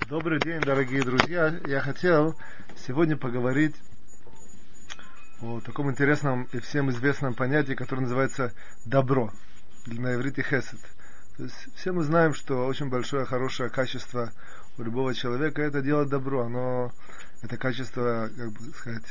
Добрый день, дорогие друзья. Я хотел сегодня поговорить о таком интересном и всем известном понятии, которое называется добро, на иврите хесед. То есть все мы знаем, что очень большое, хорошее качество у любого человека — это делать добро. Это качество, как бы сказать,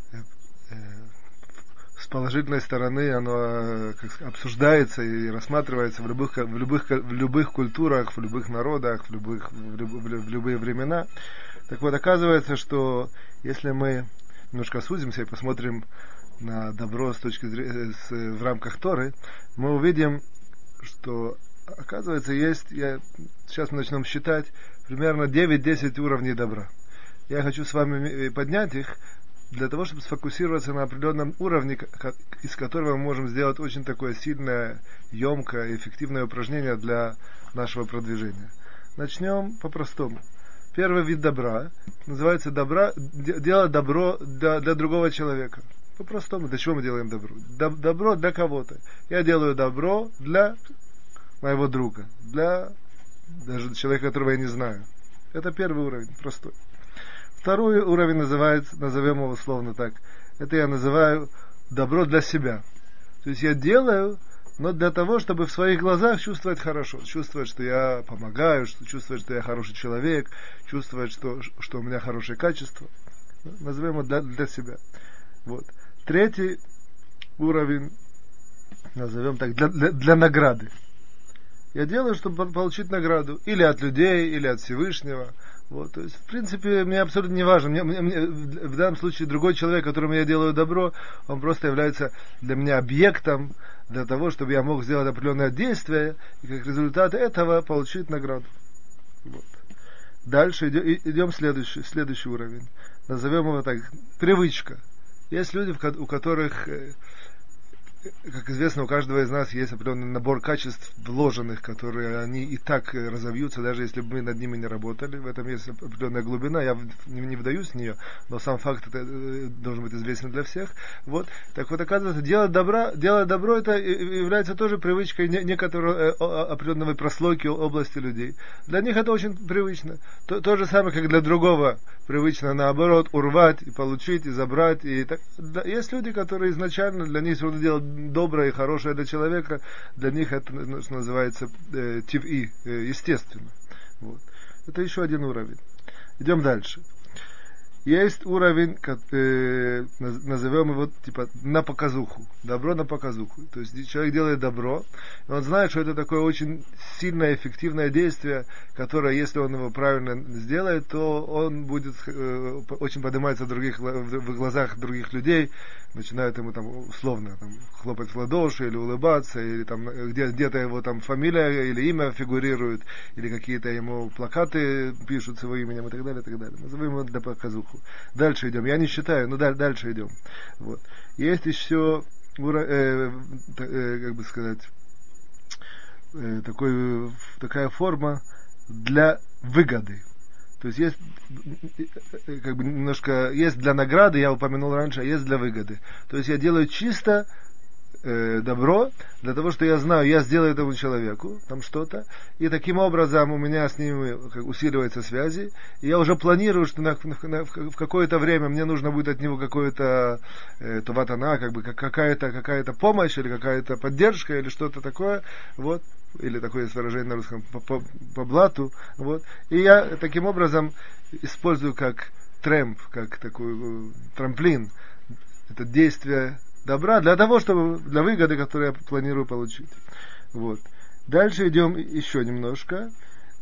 с положительной стороны оно обсуждается и рассматривается в любых культурах, в любых народах, в любые времена. Так вот, оказывается, что если мы немножко сузимся и посмотрим на добро в рамках Торы, мы увидим, что, оказывается, сейчас мы начнем считать примерно 9-10 уровней добра. Я хочу с вами поднять их, для того, чтобы сфокусироваться на определенном уровне, из которого мы можем сделать очень такое сильное, емкое, эффективное упражнение для нашего продвижения. Начнем по-простому. Первый вид добра называется делать добро для другого человека. По-простому. Для чего мы делаем добро? Добро для кого-то. Я делаю добро для моего друга, для даже человека, которого я не знаю. Это первый уровень, простой. Второй уровень назовем его условно так. Это я называю добро для себя. То есть я делаю, но для того, чтобы в своих глазах чувствовать хорошо. Чувствовать, что я помогаю, чувствовать, что я хороший человек, чувствовать, что у меня хорошее качество. Назовем его для себя. Вот. Третий уровень назовем так, для награды. Я делаю, чтобы получить награду. Или от людей, или от Всевышнего. Вот, то есть, в принципе, мне абсолютно не важно. Мне в данном случае другой человек, которому я делаю добро, он просто является для меня объектом для того, чтобы я мог сделать определенное действие и как результат этого получить награду. Вот. Дальше идем следующий уровень. Назовем его так, привычка. Есть люди, у которых, как известно, у каждого из нас есть определенный набор качеств вложенных, которые они и так разовьются, даже если бы мы над ними не работали. В этом есть определенная глубина, я не вдаюсь в нее, но сам факт это должен быть известен для всех. Вот. Так вот, оказывается, делать добро это является тоже привычкой некоторой определенной прослойки области людей. Для них это очень привычно. То же самое, как для другого привычно, наоборот, урвать и получить, и забрать. Есть люди, которые изначально, для них трудно делать доброе и хорошее для человека, для них это, что называется, тив'i, естественно. Вот. Это еще один уровень. Идем дальше. Есть уровень, назовем его типа на показуху. Добро на показуху. То есть человек делает добро, и он знает, что это такое очень сильное, эффективное действие, которое, если он его правильно сделает, то он будет очень подниматься в глазах других людей, начинают ему там условно хлопать в ладоши, или улыбаться, или там где-то его там фамилия или имя фигурирует, или какие-то ему плакаты пишут с его именем и так далее, и так далее. Назовем его на показуху. Дальше идем. Я не считаю, но дальше идем. Вот. Есть еще, как бы сказать, такая форма для выгоды. То есть есть как бы немножко есть для награды, я упомянул раньше, а есть для выгоды. То есть я делаю чисто добро для того, что я знаю, я сделаю этому человеку там что-то, и таким образом у меня с ним усиливаются связи, и я уже планирую, что в какое-то время мне нужно будет от него какое-то туватана, как бы какая-то помощь или какая-то поддержка или что-то такое, вот, или такое есть выражение на русском по блату, вот, и я таким образом использую как трэмп, как такой трамплин это действие добра для того, чтобы для выгоды, которую я планирую получить. Вот. Дальше идем еще немножко.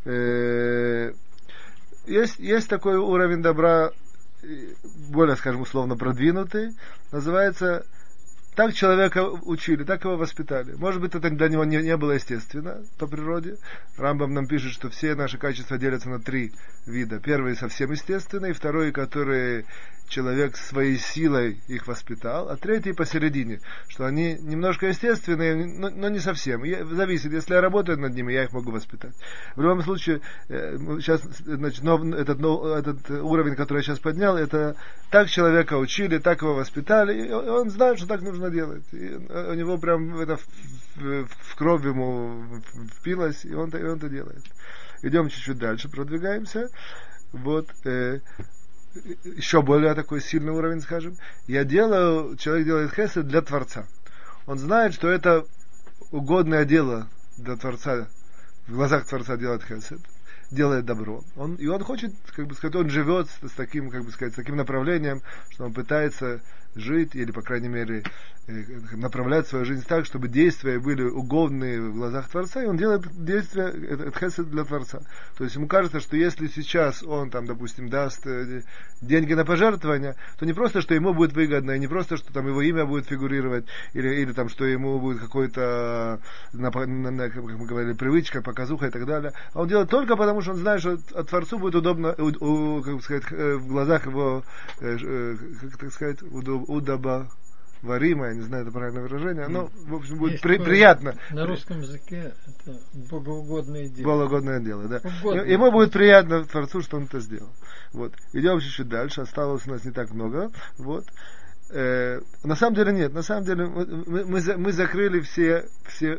Есть такой уровень добра, более, скажем, условно продвинутый, называется так человека учили, так его воспитали. Может быть, это для него не было естественно по природе. Рамбам нам пишет, что все наши качества делятся на 3 вида. Первый совсем естественный, второй, который человек своей силой их воспитал, а третий посередине, что они немножко естественные, но не совсем. Зависит, если я работаю над ними, я их могу воспитать. В любом случае, сейчас, значит, этот уровень, который я сейчас поднял, это так человека учили, так его воспитали, и он знает, что так нужно делать. И у него прям это в кровь ему впилось, и он это делает. идем чуть-чуть дальше, продвигаемся. Вот, еще более такой сильный уровень, скажем. Человек делает хесед для Творца. Он знает, что это угодное дело для Творца, в глазах Творца делает хесед, делает добро. Он хочет, как бы сказать, он живет с таким, как бы сказать, с таким направлением, что он пытается жить, или, по крайней мере, направлять свою жизнь так, чтобы действия были угодные в глазах Творца, и он делает действия, это хесед для Творца. То есть ему кажется, что если сейчас он, там, допустим, даст деньги на пожертвования, то не просто, что ему будет выгодно, и не просто, что там его имя будет фигурировать, или там, что ему будет какой-то, как мы говорили, привычка, показуха и так далее, а он делает только потому, что он знает, что Творцу будет удобно, как бы сказать, в глазах его, как так сказать, удобоваримо, я не знаю, это правильное выражение, но, в общем, будет приятно. На русском языке это богоугодное дело. Богоугодное дело, да. Ему будет приятно Творцу, что он это сделал. Вот. Идем чуть-чуть дальше, осталось у нас не так много. Вот. На самом деле нет, на самом деле мы закрыли все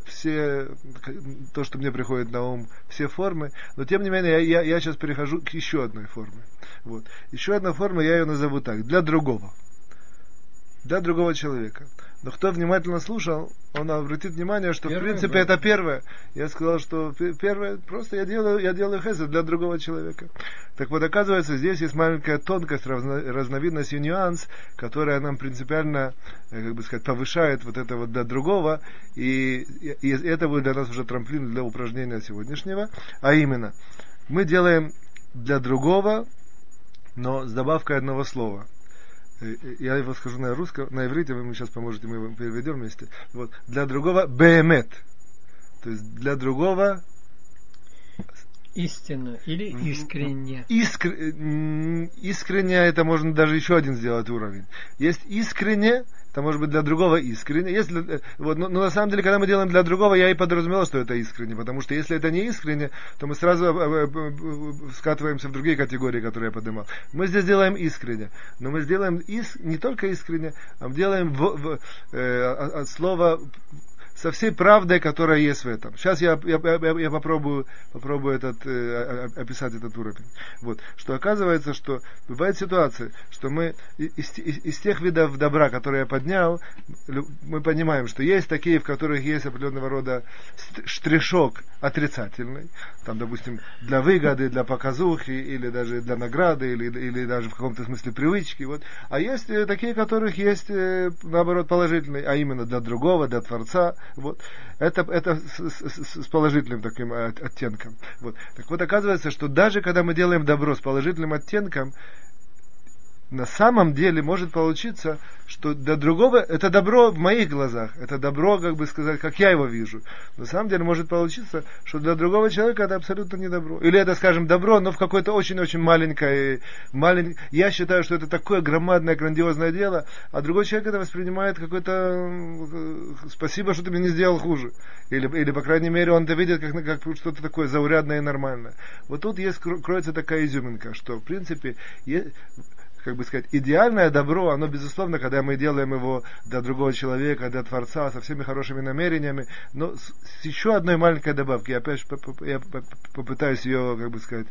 то, что мне приходит на ум, все формы, но тем не менее я сейчас перехожу к еще одной форме. Вот. Еще одна форма, я ее назову так, для другого человека. Но кто внимательно слушал, он обратит внимание, что в принципе это первое. Я сказал, что первое, просто я делаю хесед для другого человека. Так вот, оказывается, здесь есть маленькая тонкость, разновидность и нюанс, которая нам принципиально, как бы сказать, повышает вот это вот для другого, и это будет для нас уже трамплин для упражнения сегодняшнего, а именно, мы делаем для другого, но с добавкой одного слова. Я его скажу на русском, на иврите, вы мне сейчас поможете, мы его переведем вместе. Вот. Для другого беэмет. То есть для другого истинно или искренне. Искренне, это можно даже еще один сделать уровень. Есть искренне, это может быть для другого искренне. Если, вот, но на самом деле, когда мы делаем для другого, я и подразумевал, что это искренне, потому что если это не искренне, то мы сразу скатываемся в другие категории, которые я поднимал. Мы здесь делаем искренне, но мы сделаем не только искренне, а мы делаем от слова со всей правдой, которая есть в этом. Сейчас я попробую описать этот уровень. Вот. Что оказывается, что бывает ситуация, что мы из тех видов добра, которые я поднял, мы понимаем, что есть такие, в которых есть определенного рода штришок отрицательный, там, допустим, для выгоды, для показухи, или даже для награды, или даже в каком-то смысле привычки. Вот. А есть такие, в которых есть, наоборот, положительный, а именно для другого, для Творца. Вот. Это с положительным таким оттенком. Вот. Так вот, оказывается, что даже когда мы делаем добро с положительным оттенком, на самом деле может получиться, что для другого это добро в моих глазах, это добро, как бы сказать, как я его вижу. На самом деле может получиться, что для другого человека это абсолютно не добро. Или это, скажем, добро, но в какой-то очень-очень маленькой. Я считаю, что это такое громадное, грандиозное дело, а другой человек это воспринимает какое-то спасибо, что ты мне не сделал хуже. Или по крайней мере, он это видит как что-то такое заурядное и нормальное. Вот тут кроется такая изюминка, что в принципе как бы сказать, идеальное добро, оно, безусловно, когда мы делаем его для другого человека, для Творца, со всеми хорошими намерениями, но с еще одной маленькой добавкой, я опять попытаюсь ее, как бы сказать,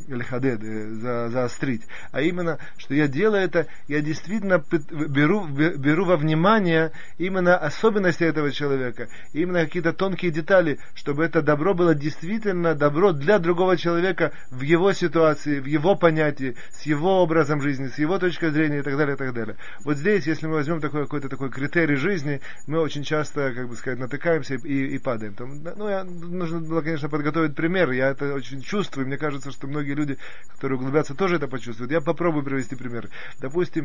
заострить, а именно, что я делаю это, я действительно беру во внимание именно особенности этого человека, именно какие-то тонкие детали, чтобы это добро было действительно добро для другого человека в его ситуации, в его понятии, с его образом жизни, с его точкой зрения и так далее, и так далее. Вот здесь, если мы возьмем какой-то такой критерий жизни, мы очень часто, как бы сказать, натыкаемся и падаем. Нужно было, конечно, подготовить пример, я это очень чувствую, мне кажется, что многие люди, которые углубятся, тоже это почувствуют. Я попробую привести пример. Допустим,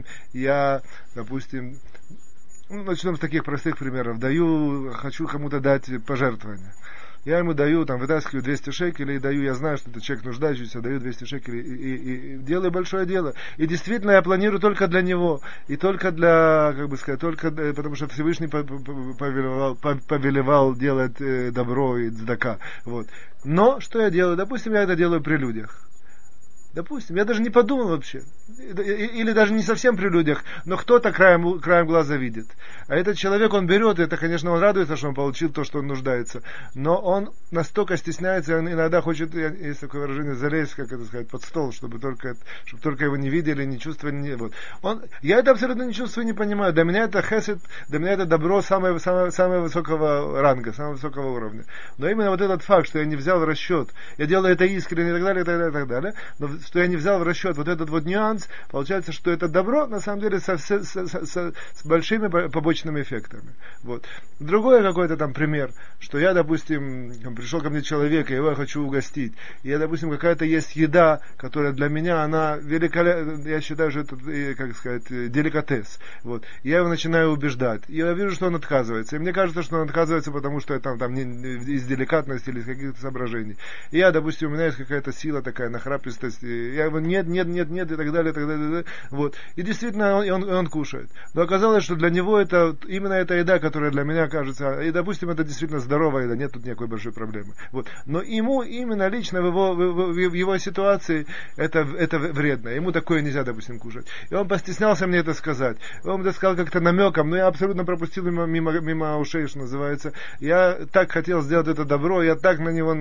начнем с таких простых примеров. Хочу кому-то дать пожертвование. Я ему даю, вытаскиваю 200 шекелей, я знаю, что это человек нуждающийся, даю 200 шекелей и делаю большое дело. И действительно я планирую только для него, и только для, как бы сказать, потому что Всевышний повелевал делать добро и цдака. Вот. Но что я делаю? Допустим, я это делаю при людях. Допустим, я даже не подумал вообще. Или даже не совсем при людях, но кто-то краем глаза видит. А этот человек, он берет, это, конечно, он радуется, что он получил то, что он нуждается. Но он настолько стесняется, он иногда хочет, есть такое выражение, залезть, как это сказать, под стол, чтобы только его не видели, не чувствовали. Вот. Я это абсолютно не чувствую, не понимаю. Для меня это хесед, для меня это добро самого высокого ранга, самого высокого уровня. Но именно вот этот факт, что я не взял в расчет, я делаю это искренне и так далее, и так далее, и так далее, но что я не взял в расчет вот этот вот нюанс, получается, что это добро, на самом деле, с большими побочными эффектами. Вот. Другой какой-то там пример, что я, допустим, пришел ко мне человек, и его я хочу угостить, и я, допустим, какая-то есть еда, которая для меня, она великолепна, я считаю, что это, как сказать, деликатес. Вот. Я его начинаю убеждать, и я вижу, что он отказывается, и мне кажется, что он отказывается, потому что это там из деликатности или из каких-то соображений. И я, допустим, у меня есть какая-то сила такая, нахрапистость, я говорю, нет, и так далее. Вот. И действительно, он кушает. Но оказалось, что для него это именно эта еда, которая для меня кажется, и, допустим, это действительно здоровая еда, нет тут никакой большой проблемы. Вот. Но ему именно лично в его ситуации это вредно. Ему такое нельзя, допустим, кушать. И он постеснялся мне это сказать. Он это сказал как-то намеком, но я абсолютно пропустил мимо ушей, что называется. Я так хотел сделать это добро, я так на него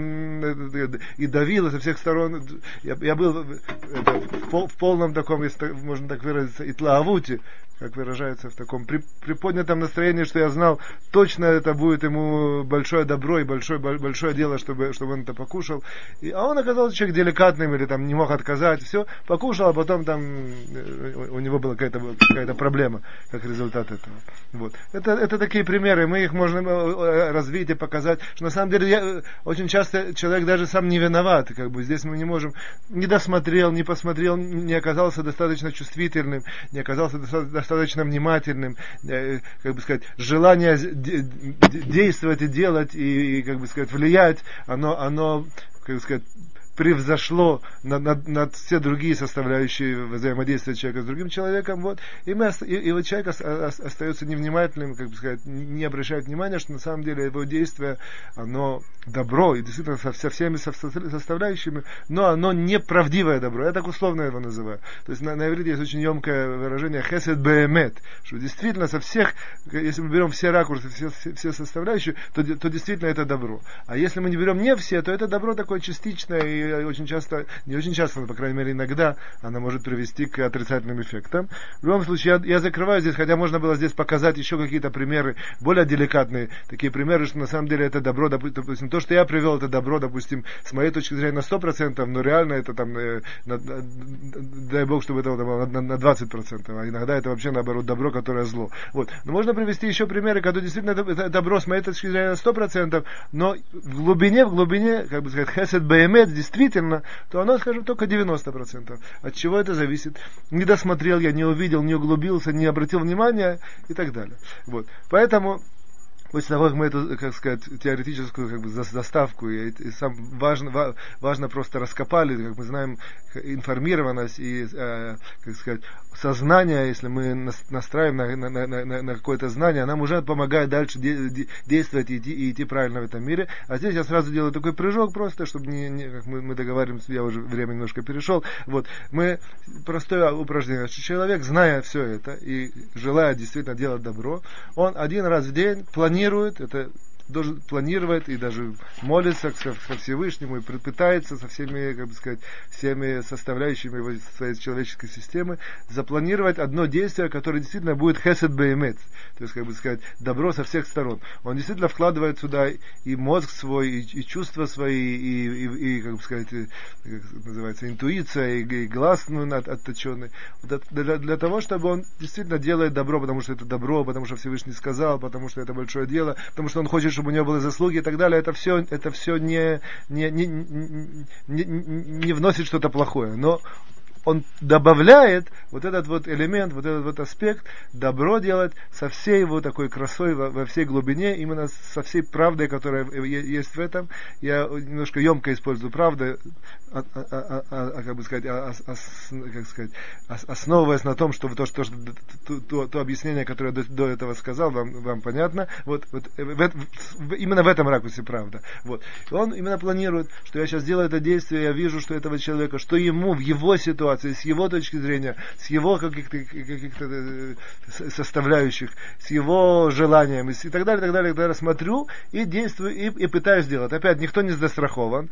и давил со всех сторон. Я был в полном таком, если можно так выразиться, итлаавуте, как выражается в таком приподнятом настроении, что я знал, точно это будет ему большое добро и большое дело, чтобы он это покушал. А он оказался человек деликатным или там не мог отказать, все, покушал, а потом там у него была какая-то проблема, как результат этого. Вот. Это такие примеры, мы их можно развить и показать, что на самом деле очень часто человек даже сам не виноват, как бы здесь мы не можем, не досмотрел, не посмотрел, не оказался достаточно чувствительным, не оказался достаточно внимательным, как бы сказать, желание действовать и делать, и как бы сказать, влиять, оно как бы сказать, превзошло над все другие составляющие взаимодействия человека с другим человеком, вот, и вот человек остается невнимательным, как бы сказать, не обращает внимания, что на самом деле его действие, оно добро, и действительно со всеми составляющими, но оно неправдивое добро, я так условно его называю. То есть на иврите есть очень емкое выражение хесед беэмет, что действительно со всех, если мы берем все ракурсы, все составляющие, то действительно это добро. А если мы не берем не все, то это добро такое частичное, и очень часто, не очень часто, но, по крайней мере, иногда она может привести к отрицательным эффектам. В любом случае, я закрываю здесь, хотя можно было здесь показать еще какие-то примеры, более деликатные, такие примеры, что на самом деле это добро, допустим, то, что я привел, это добро, допустим, с моей точки зрения на 100%, но реально это там, дай Бог, чтобы это было на 20%, а иногда это вообще, наоборот, добро, которое зло. Вот. Но можно привести еще примеры, когда действительно это добро с моей точки зрения на 100%, но в глубине, как бы сказать, хесед беэмет, действительно, то оно, скажем, только 90%. От чего это зависит? Не досмотрел я, не увидел, не углубился, не обратил внимания и так далее. Вот. Поэтому после того, как мы эту, как сказать, теоретическую как бы заставку и сам важно просто раскопали, как мы знаем, информированность и, как сказать, сознание, если мы настраиваем на какое-то знание, нам уже помогает дальше действовать и идти правильно в этом мире. А здесь я сразу делаю такой прыжок просто, чтобы как мы договариваемся, я уже время немножко перешел. Вот, мы простое упражнение, что человек, зная все это и желая действительно делать добро, он один раз в день планирует это, должен планировать и даже молится ко Всевышнему и пытается со всеми, как бы сказать, всеми составляющими его своей человеческой системы запланировать одно действие, которое действительно будет хесед беэмет, то есть, как бы сказать, добро со всех сторон. Он действительно вкладывает сюда и мозг свой, и чувства свои, и как бы сказать, как называется, интуиция, и глаз отточенный, для того, чтобы он действительно делает добро, потому что это добро, потому что Всевышний сказал, потому что это большое дело, потому что он хочет, чтобы у него были заслуги и так далее, это все не вносит что-то плохое. Но он добавляет вот этот вот элемент, вот этот вот аспект, добро делать со всей его такой красой во всей глубине, именно со всей правдой, которая есть в этом. Я немножко емко использую правду, основываясь на том, что то объяснение, которое я до этого сказал, вам понятно. Именно в этом ракурсе правда. Вот. И он именно планирует, что я сейчас делаю это действие, я вижу, что этого человека, что ему в его ситуации, с его точки зрения, с его каких-то составляющих, с его желанием и так далее, когда я смотрю и действую, и пытаюсь сделать. Опять, никто не застрахован,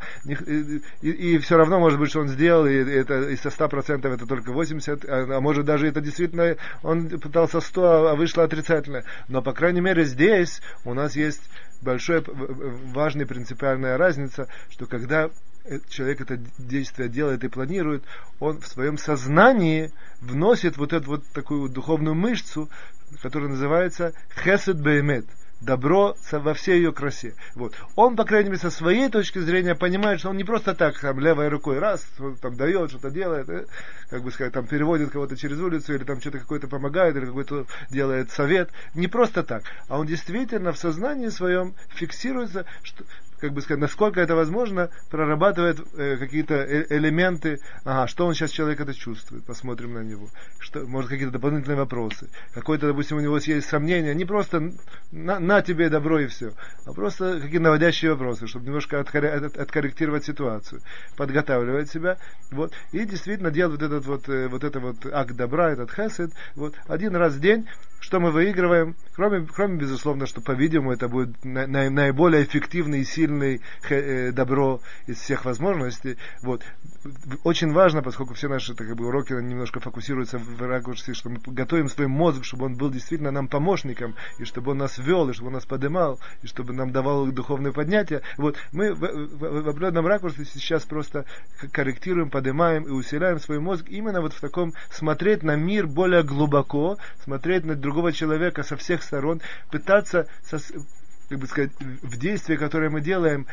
и все равно может быть, что он сделал, и со 100% это только 80%, а может даже это действительно, он пытался 100%, а вышло отрицательно. Но, по крайней мере, здесь у нас есть большая, важная принципиальная разница, что когда человек это действие делает и планирует, он в своем сознании вносит вот эту вот такую духовную мышцу, которая называется хесед беэмет. Добро во всей ее красе. Вот. Он, по крайней мере, со своей точки зрения понимает, что он не просто так там, левой рукой раз, там, дает, что-то делает, как бы сказать, там, переводит кого-то через улицу, или там что-то какой-то помогает, или какой-то делает совет. Не просто так. А он действительно в сознании своем фиксируется, что, как бы сказать, насколько это возможно, прорабатывает какие-то элементы, что он сейчас человек это чувствует, посмотрим на него, может какие-то дополнительные вопросы, какой-то, допустим, у него есть сомнения, не просто на тебе добро и все, а просто какие-то наводящие вопросы, чтобы немножко откорректировать ситуацию, подготавливать себя, вот, и действительно делать вот этот акт добра, этот хесед, вот, один раз в день. Что мы выигрываем, кроме безусловно, что, по-видимому, это будет наиболее эффективный и сильный добро из всех возможностей. Вот. Очень важно, поскольку все наши уроки немножко фокусируются в ракурсе, что мы готовим свой мозг, чтобы он был действительно нам помощником, и чтобы он нас вел, и чтобы он нас поднимал, и чтобы нам давал духовное поднятие. Вот. Мы в определенном ракурсе сейчас просто корректируем, поднимаем и усиляем свой мозг именно вот в таком смотреть на мир более глубоко, смотреть на другого человека со всех сторон, пытаться, как бы сказать, в действие, которое мы делаем,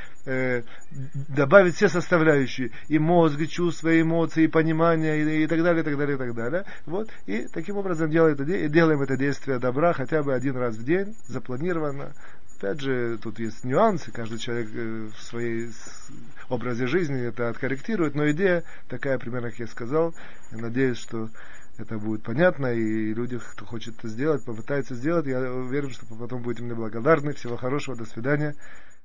добавить все составляющие, и мозг, и чувства, и эмоции, и понимание, и так далее, и так далее, и так далее. Вот. И таким образом делаем это действие добра хотя бы один раз в день, запланировано. Опять же, тут есть нюансы, каждый человек в своей образе жизни это откорректирует, но идея такая, примерно, как я сказал. Я надеюсь, что это будет понятно, и люди, кто хочет это сделать, попытаются сделать. Я уверен, что потом будете мне благодарны. Всего хорошего, до свидания.